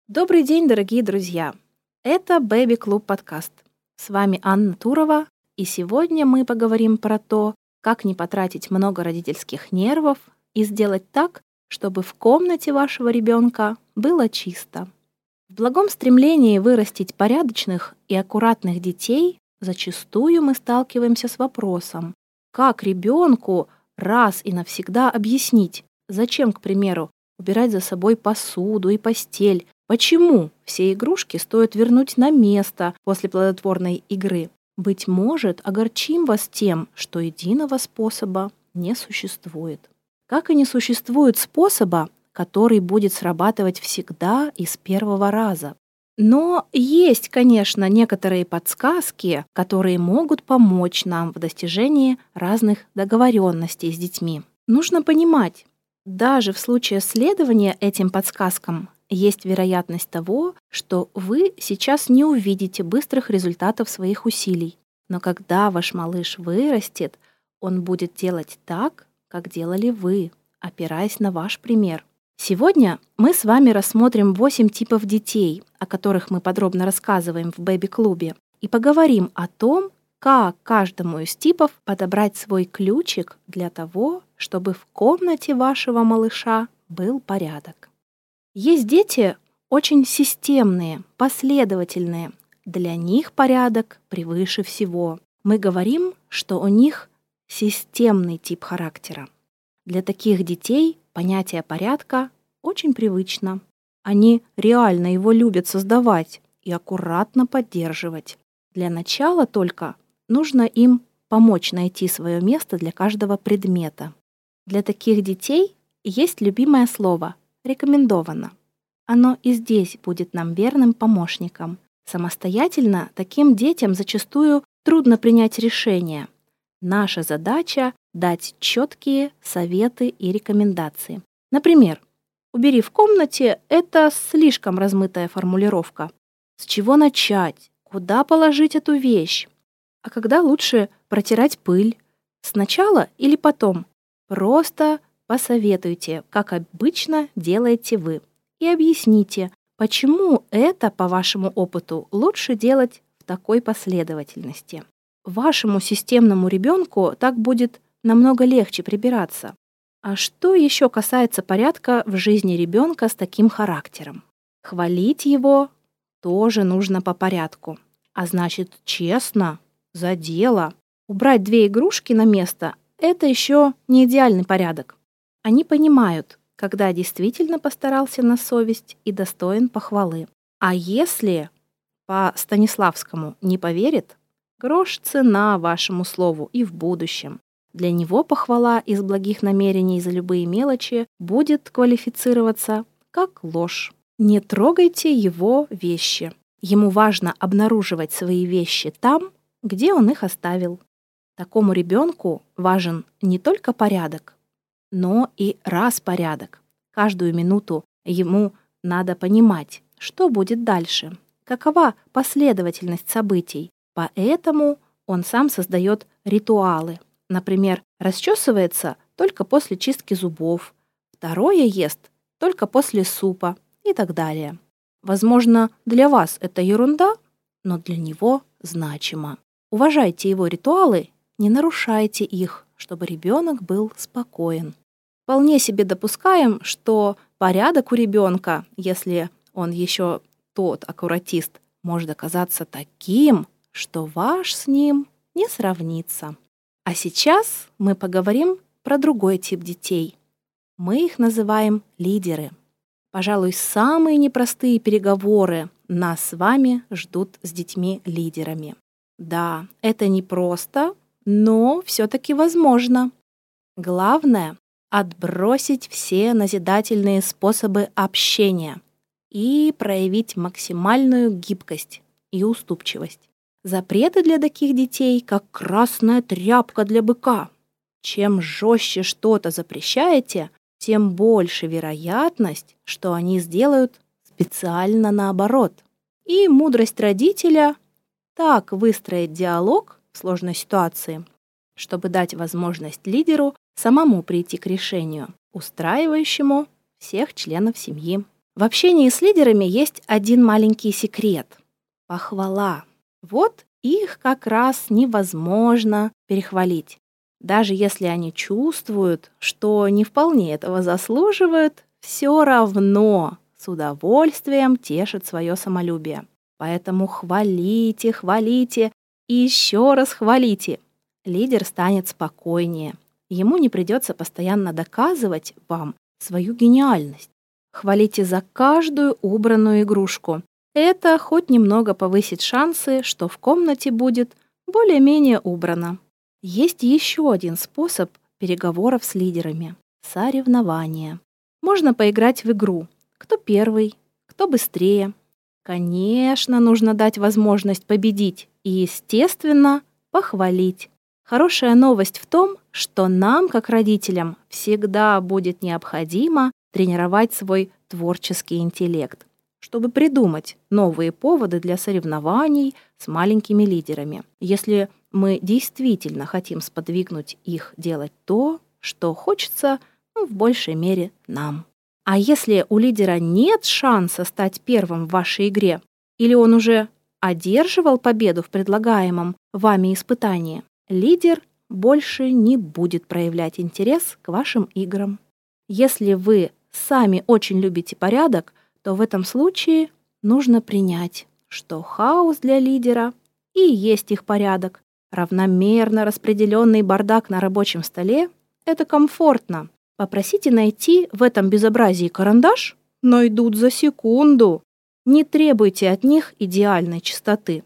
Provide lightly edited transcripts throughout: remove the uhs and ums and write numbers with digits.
Добрый день, дорогие друзья! Это Baby Club подкаст. С вами Анна Турова, и сегодня мы поговорим про то, как не потратить много родительских нервов и сделать так, чтобы в комнате вашего ребенка было чисто. В благом стремлении вырастить порядочных и аккуратных детей зачастую мы сталкиваемся с вопросом, как ребенку раз и навсегда объяснить, зачем, к примеру, убирать за собой посуду и постель, почему все игрушки стоит вернуть на место после плодотворной игры. Быть может, огорчим вас тем, что единого способа не существует. Как и не существует способа, который будет срабатывать всегда и с первого раза. Но есть, конечно, некоторые подсказки, которые могут помочь нам в достижении разных договоренностей с детьми. Нужно понимать, даже в случае следования этим подсказкам есть вероятность того, что вы сейчас не увидите быстрых результатов своих усилий. Но когда ваш малыш вырастет, он будет делать так, как делали вы, опираясь на ваш пример. Сегодня мы с вами рассмотрим 8 типов детей, о которых мы подробно рассказываем в Бэби-клубе, и поговорим о том, как каждому из типов подобрать свой ключик для того, чтобы в комнате вашего малыша был порядок. Есть дети очень системные, последовательные. Для них порядок превыше всего. Мы говорим, что у них системный тип характера. Для таких детей понятие порядка очень привычно. Они реально его любят создавать и аккуратно поддерживать. Для начала только нужно им помочь найти свое место для каждого предмета. Для таких детей есть любимое слово «рекомендовано». Оно и здесь будет нам верным помощником. Самостоятельно таким детям зачастую трудно принять решение. Наша задача — дать четкие советы и рекомендации. Например, «убери в комнате» — это слишком размытая формулировка. С чего начать? Куда положить эту вещь? А когда лучше протирать пыль? Сначала или потом? Просто посоветуйте, как обычно делаете вы, и объясните, почему это, по вашему опыту, лучше делать в такой последовательности. Вашему системному ребенку так будет намного легче прибираться. А что еще касается порядка в жизни ребенка с таким характером? Хвалить его тоже нужно по порядку. А значит, честно, за дело. Убрать 2 игрушки на место — это еще не идеальный порядок. Они понимают, когда действительно постарался на совесть и достоин похвалы. А если по Станиславскому не поверит, грош цена вашему слову и в будущем. Для него похвала из благих намерений за любые мелочи будет квалифицироваться как ложь. Не трогайте его вещи. Ему важно обнаруживать свои вещи там, где он их оставил. Такому ребенку важен не только порядок, но и распорядок. Каждую минуту ему надо понимать, что будет дальше, какова последовательность событий. Поэтому он сам создает ритуалы. Например, расчесывается только после чистки зубов, второе ест только после супа и так далее. Возможно, для вас это ерунда, но для него значимо. Уважайте его ритуалы, не нарушайте их, чтобы ребенок был спокоен. Вполне себе допускаем, что порядок у ребенка, если он еще тот аккуратист, может оказаться таким, что ваш с ним не сравнится. А сейчас мы поговорим про другой тип детей. Мы их называем лидеры. Пожалуй, самые непростые переговоры нас с вами ждут с детьми-лидерами. Да, это непросто, но все-таки возможно. Главное — отбросить все назидательные способы общения и проявить максимальную гибкость и уступчивость. Запреты для таких детей, как красная тряпка для быка. Чем жестче что-то запрещаете, тем больше вероятность, что они сделают специально наоборот. И мудрость родителя — так выстроить диалог в сложной ситуации, чтобы дать возможность лидеру самому прийти к решению, устраивающему всех членов семьи. В общении с лидерами есть один маленький секрет – похвала. Вот их как раз невозможно перехвалить. Даже если они чувствуют, что не вполне этого заслуживают, все равно с удовольствием тешат свое самолюбие. Поэтому хвалите, хвалите и еще раз хвалите. Лидер станет спокойнее. Ему не придется постоянно доказывать вам свою гениальность. Хвалите за каждую убранную игрушку. Это хоть немного повысит шансы, что в комнате будет более-менее убрано. Есть еще один способ переговоров с лидерами – соревнования. Можно поиграть в игру. Кто первый, кто быстрее. Конечно, нужно дать возможность победить и, естественно, похвалить. Хорошая новость в том, что нам, как родителям, всегда будет необходимо тренировать свой творческий интеллект, чтобы придумать новые поводы для соревнований с маленькими лидерами, если мы действительно хотим сподвигнуть их делать то, что хочется, в большей мере нам. А если у лидера нет шанса стать первым в вашей игре, или он уже одерживал победу в предлагаемом вами испытании, лидер больше не будет проявлять интерес к вашим играм. Если вы сами очень любите порядок, то в этом случае нужно принять, что хаос для лидера и есть их порядок. Равномерно распределенный бардак на рабочем столе – это комфортно. Попросите найти в этом безобразии карандаш – найдут за секунду. Не требуйте от них идеальной чистоты.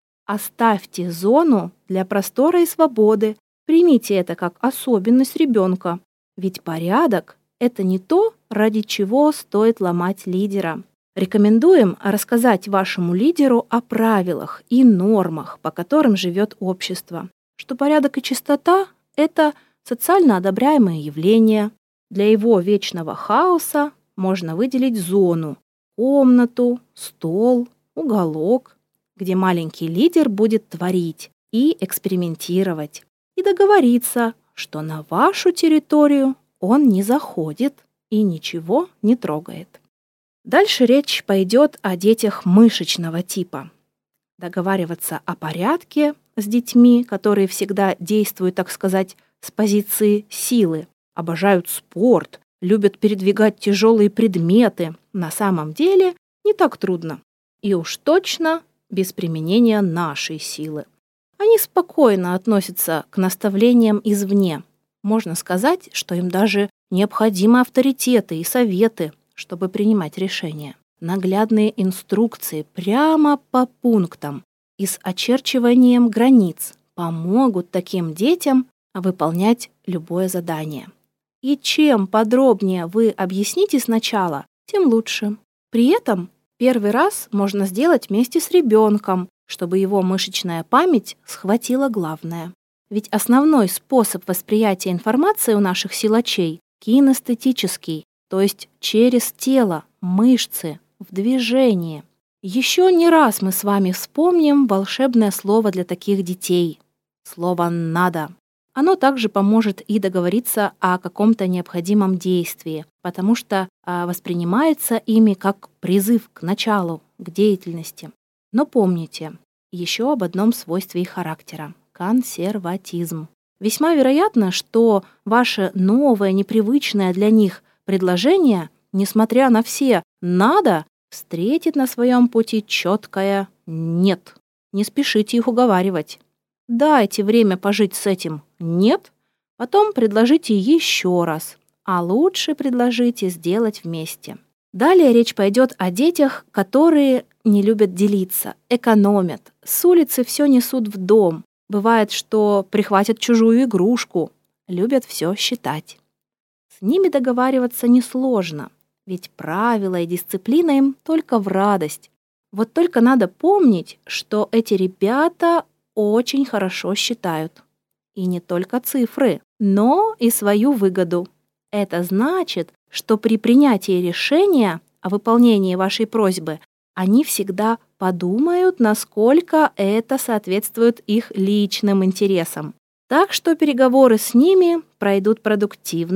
Оставьте зону для простора и свободы. Примите это как особенность ребенка. Ведь порядок – это не то, ради чего стоит ломать лидера. Рекомендуем рассказать вашему лидеру о правилах и нормах, по которым живет общество, что порядок и чистота – это социально одобряемые явления. Для его вечного хаоса можно выделить зону, комнату, стол, уголок, где маленький лидер будет творить и экспериментировать, и договориться, что на вашу территорию он не заходит и ничего не трогает. Дальше речь пойдет о детях мышечного типа. Договариваться о порядке с детьми, которые всегда действуют, так сказать, с позиции силы, обожают спорт, любят передвигать тяжелые предметы, на самом деле не так трудно. И уж точно без применения нашей силы. Они спокойно относятся к наставлениям извне. Можно сказать, что им даже необходимы авторитеты и советы, чтобы принимать решения. Наглядные инструкции прямо по пунктам и с очерчиванием границ помогут таким детям выполнять любое задание. И чем подробнее вы объясните сначала, тем лучше. При этом первый раз можно сделать вместе с ребенком, чтобы его мышечная память схватила главное. Ведь основной способ восприятия информации у наших силачей – кинестетический, то есть через тело, мышцы, в движении. Еще не раз мы с вами вспомним волшебное слово для таких детей – слово «надо». Оно также поможет и договориться о каком-то необходимом действии, потому что воспринимается ими как призыв к началу, к деятельности. Но помните еще об одном свойстве их характера – консерватизм. Весьма вероятно, что ваше новое, непривычное для них предложение, несмотря на все «надо», встретит на своем пути четкое «нет». Не спешите их уговаривать. Дайте время пожить с этим «нет», потом предложите еще раз, а лучше предложите сделать вместе. Далее речь пойдет о детях, которые не любят делиться, экономят, с улицы все несут в дом. Бывает, что прихватят чужую игрушку, любят все считать. С ними договариваться несложно, ведь правила и дисциплина им только в радость. Вот только надо помнить, что эти ребята очень хорошо считают. И не только цифры, но и свою выгоду. Это значит, что при принятии решения о выполнении вашей просьбы они всегда подумают, насколько это соответствует их личным интересам. Так что переговоры с ними пройдут продуктивно,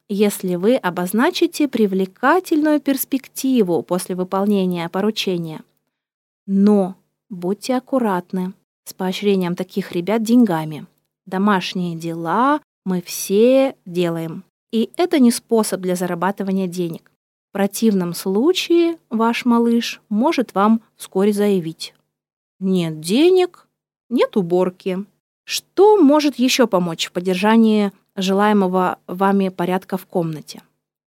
если вы обозначите привлекательную перспективу после выполнения поручения. Но будьте аккуратны с поощрением таких ребят деньгами. Домашние дела мы все делаем. И это не способ для зарабатывания денег. В противном случае ваш малыш может вам вскоре заявить: нет денег, нет уборки. Что может еще помочь в поддержании желаемого вами порядка в комнате?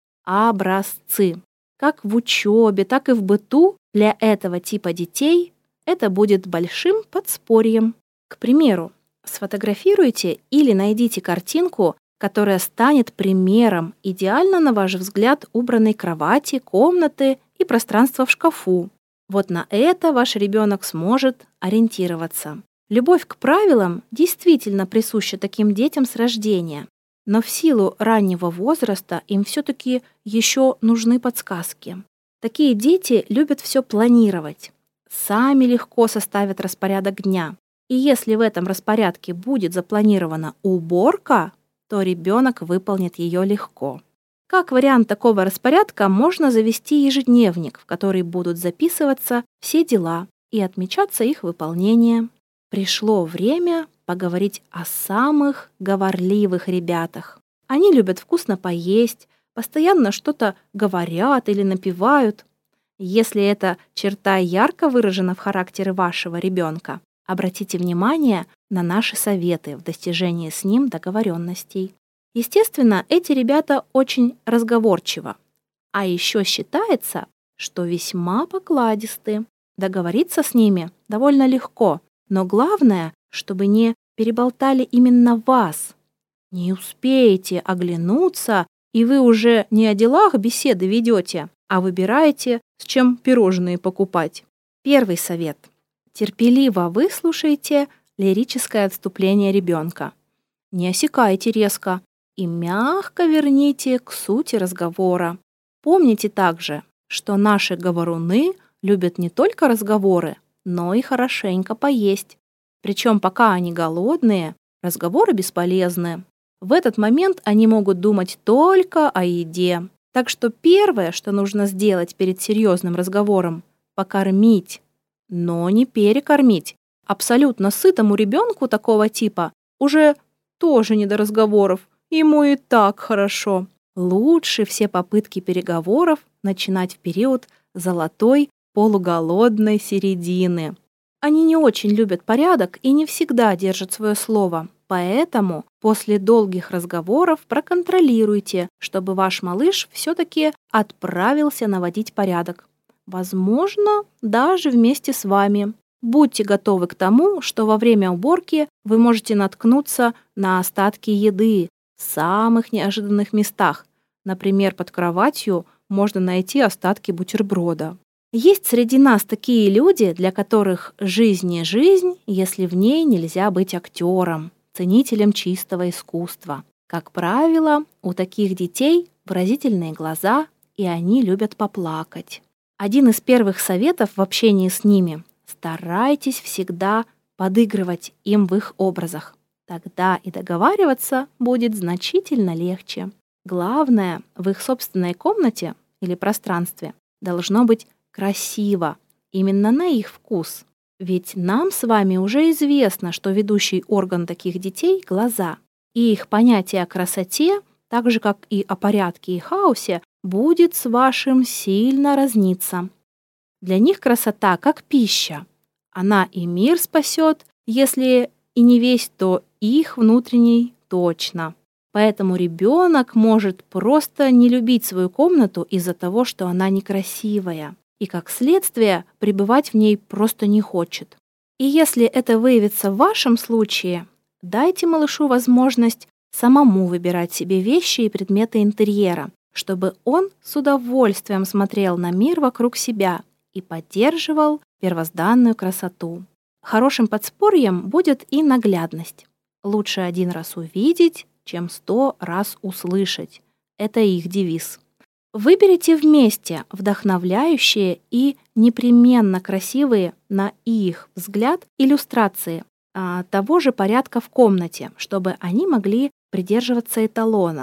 Образцы. Как в учебе, так и в быту для этого типа детей это будет большим подспорьем. К примеру, сфотографируйте или найдите картинку, которая станет примером идеально, на ваш взгляд, убранной кровати, комнаты и пространства в шкафу. Вот на это ваш ребенок сможет ориентироваться. Любовь к правилам действительно присуща таким детям с рождения, но в силу раннего возраста им все-таки еще нужны подсказки. Такие дети любят все планировать, сами легко составят распорядок дня. И если в этом распорядке будет запланирована уборка, то ребенок выполнит ее легко. Как вариант такого распорядка можно завести ежедневник, в который будут записываться все дела и отмечаться их выполнение. Пришло время поговорить о самых говорливых ребятах. Они любят вкусно поесть, постоянно что-то говорят или напевают. Если эта черта ярко выражена в характере вашего ребенка, обратите внимание на наши советы в достижении с ним договоренностей. Естественно, эти ребята очень разговорчивы. А еще считается, что весьма покладисты. Договориться с ними довольно легко, но главное, чтобы не переболтали именно вас. Не успеете оглянуться, и вы уже не о делах беседы ведете, а выбираете, с чем пирожные покупать. Первый совет. Терпеливо выслушайте лирическое отступление ребенка. Не осекайте резко и мягко верните к сути разговора. Помните также, что наши говоруны любят не только разговоры, но и хорошенько поесть. Причем пока они голодные, разговоры бесполезны. В этот момент они могут думать только о еде. Так что первое, что нужно сделать перед серьезным разговором – покормить, но не перекормить. Абсолютно сытому ребенку такого типа уже тоже не до разговоров, ему и так хорошо. Лучше все попытки переговоров начинать в период золотой полуголодной середины. Они не очень любят порядок и не всегда держат свое слово, поэтому после долгих разговоров проконтролируйте, чтобы ваш малыш все-таки отправился наводить порядок. Возможно, даже вместе с вами. Будьте готовы к тому, что во время уборки вы можете наткнуться на остатки еды в самых неожиданных местах. Например, под кроватью можно найти остатки бутерброда. Есть среди нас такие люди, для которых жизнь не жизнь, если в ней нельзя быть актером, ценителем чистого искусства. Как правило, у таких детей выразительные глаза, и они любят поплакать. Один из первых советов в общении с ними – старайтесь всегда подыгрывать им в их образах. Тогда и договариваться будет значительно легче. Главное, в их собственной комнате или пространстве должно быть красиво, именно на их вкус. Ведь нам с вами уже известно, что ведущий орган таких детей – глаза. И их понятие о красоте, так же как и о порядке и хаосе, будет с вашим сильно разниться. Для них красота как пища. Она и мир спасет, если и не весь, то их внутренний точно. Поэтому ребенок может просто не любить свою комнату из-за того, что она некрасивая, и как следствие пребывать в ней просто не хочет. И если это выявится в вашем случае, дайте малышу возможность самому выбирать себе вещи и предметы интерьера, чтобы он с удовольствием смотрел на мир вокруг себя и поддерживал первозданную красоту. Хорошим подспорьем будет и наглядность. Лучше один раз увидеть, чем 100 раз услышать. Это их девиз. Выберите вместе вдохновляющие и непременно красивые, на их взгляд, иллюстрации того же порядка в комнате, чтобы они могли придерживаться эталона.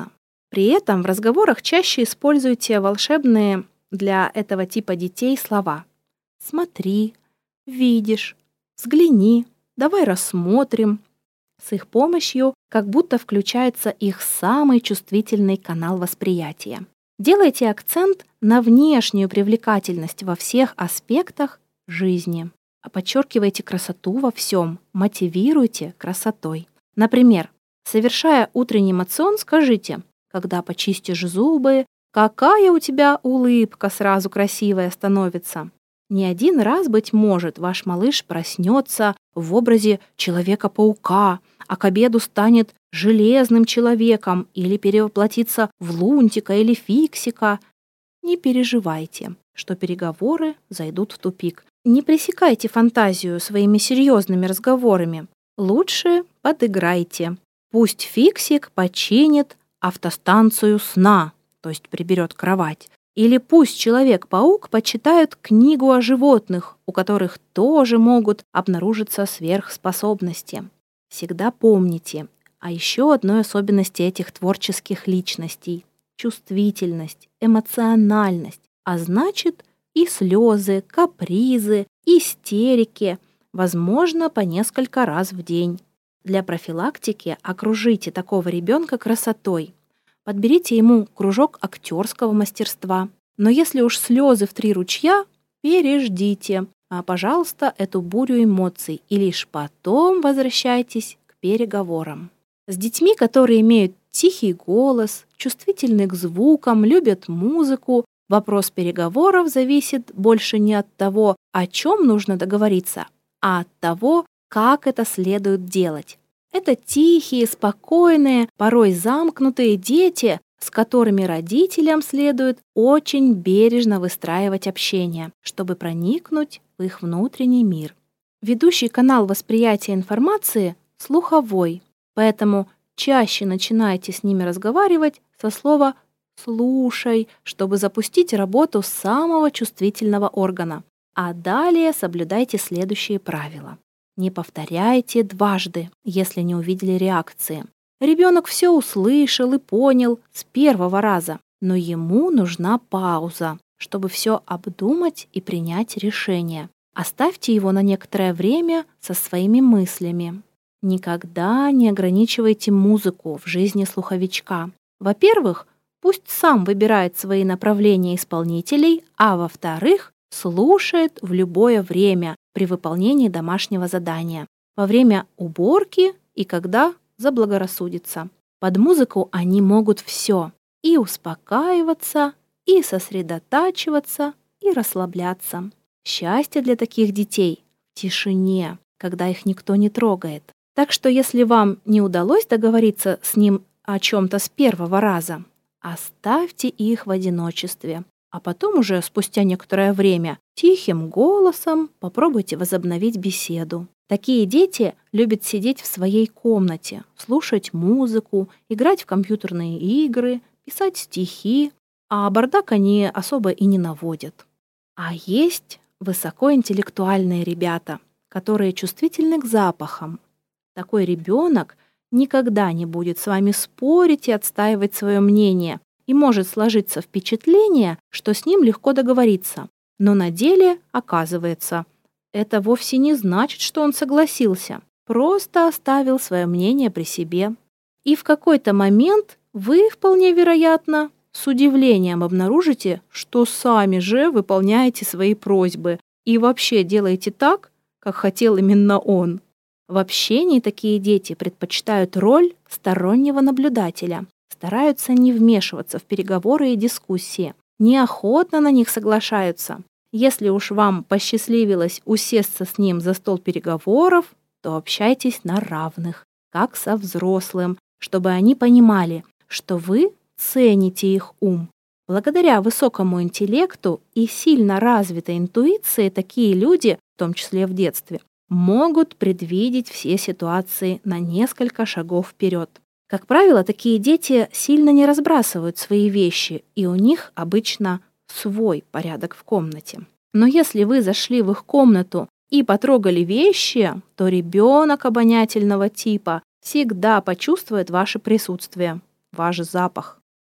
При этом в разговорах чаще используйте волшебные для этого типа детей слова: «Смотри», «Видишь», «Взгляни», «Давай рассмотрим». С их помощью как будто включается их самый чувствительный канал восприятия. Делайте акцент на внешнюю привлекательность во всех аспектах жизни. Подчеркивайте красоту во всем, мотивируйте красотой. Например, совершая утренний моцион, скажите: «Когда почистишь зубы, какая у тебя улыбка сразу красивая становится». Не один раз, быть может, ваш малыш проснется в образе Человека-паука, а к обеду станет железным человеком или перевоплотится в Лунтика или Фиксика. Не переживайте, что переговоры зайдут в тупик. Не пресекайте фантазию своими серьезными разговорами. Лучше подыграйте. Пусть Фиксик починит автостанцию сна, то есть приберет кровать. Или пусть Человек-паук почитает книгу о животных, у которых тоже могут обнаружиться сверхспособности. Всегда помните о еще одной особенности этих творческих личностей – чувствительность, эмоциональность, а значит и слезы, капризы, истерики, возможно, по несколько раз в день. Для профилактики окружите такого ребенка красотой. Подберите ему кружок актерского мастерства. Но если уж слезы в 3 ручья, переждите, пожалуйста, эту бурю эмоций и лишь потом возвращайтесь к переговорам. С детьми, которые имеют тихий голос, чувствительны к звукам, любят музыку, вопрос переговоров зависит больше не от того, о чем нужно договориться, а от того, как это следует делать. Это тихие, спокойные, порой замкнутые дети, с которыми родителям следует очень бережно выстраивать общение, чтобы проникнуть в их внутренний мир. Ведущий канал восприятия информации – слуховой, поэтому чаще начинайте с ними разговаривать со слова «слушай», чтобы запустить работу самого чувствительного органа. А далее соблюдайте следующие правила. Не повторяйте дважды, если не увидели реакции. Ребенок все услышал и понял с первого раза, но ему нужна пауза, чтобы все обдумать и принять решение. Оставьте его на некоторое время со своими мыслями. Никогда не ограничивайте музыку в жизни слуховичка. Во-первых, пусть сам выбирает свои направления исполнителей, а во-вторых, слушает в любое время при выполнении домашнего задания, во время уборки и когда заблагорассудится. Под музыку они могут все – и успокаиваться, и сосредотачиваться, и расслабляться. Счастье для таких детей в тишине, когда их никто не трогает. Так что если вам не удалось договориться с ним о чем-то с первого раза, оставьте их в одиночестве. А потом уже спустя некоторое время тихим голосом попробуйте возобновить беседу. Такие дети любят сидеть в своей комнате, слушать музыку, играть в компьютерные игры, писать стихи, а бардак они особо и не наводят. А есть высокоинтеллектуальные ребята, которые чувствительны к запахам. Такой ребенок никогда не будет с вами спорить и отстаивать свое мнение, и может сложиться впечатление, что с ним легко договориться. Но на деле, оказывается, это вовсе не значит, что он согласился, просто оставил свое мнение при себе. И в какой-то момент вы, вполне вероятно, с удивлением обнаружите, что сами же выполняете свои просьбы и вообще делаете так, как хотел именно он. В общении такие дети предпочитают роль стороннего наблюдателя, стараются не вмешиваться в переговоры и дискуссии, неохотно на них соглашаются. Если уж вам посчастливилось усесться с ним за стол переговоров, то общайтесь на равных, как со взрослым, чтобы они понимали, что вы цените их ум. Благодаря высокому интеллекту и сильно развитой интуиции такие люди, в том числе в детстве, могут предвидеть все ситуации на несколько шагов вперед. Как правило, такие дети сильно не разбрасывают свои вещи, и у них обычно свой порядок в комнате. Но если вы зашли в их комнату и потрогали вещи, то ребенок обонятельного типа всегда почувствует ваше присутствие, ваш запах.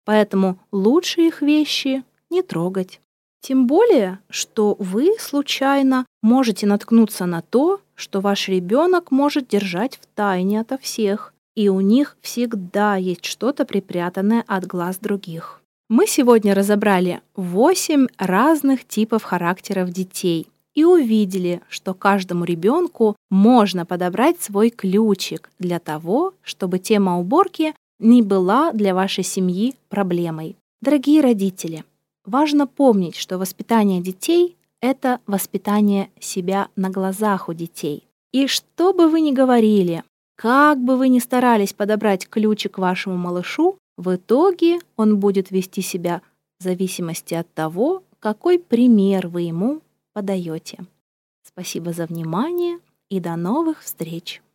поэтому лучше их вещи не трогать. Тем более, что вы случайно можете наткнуться на то, что ваш ребенок может держать в тайне ото всех, и у них всегда есть что-то припрятанное от глаз других. Мы сегодня разобрали 8 разных типов характеров детей и увидели, что каждому ребенку можно подобрать свой ключик для того, чтобы тема уборки не была для вашей семьи проблемой. Дорогие родители, важно помнить, что воспитание детей – это воспитание себя на глазах у детей. И что бы вы ни говорили, как бы вы ни старались подобрать ключик вашему малышу, в итоге он будет вести себя в зависимости от того, какой пример вы ему подаете. Спасибо за внимание и до новых встреч!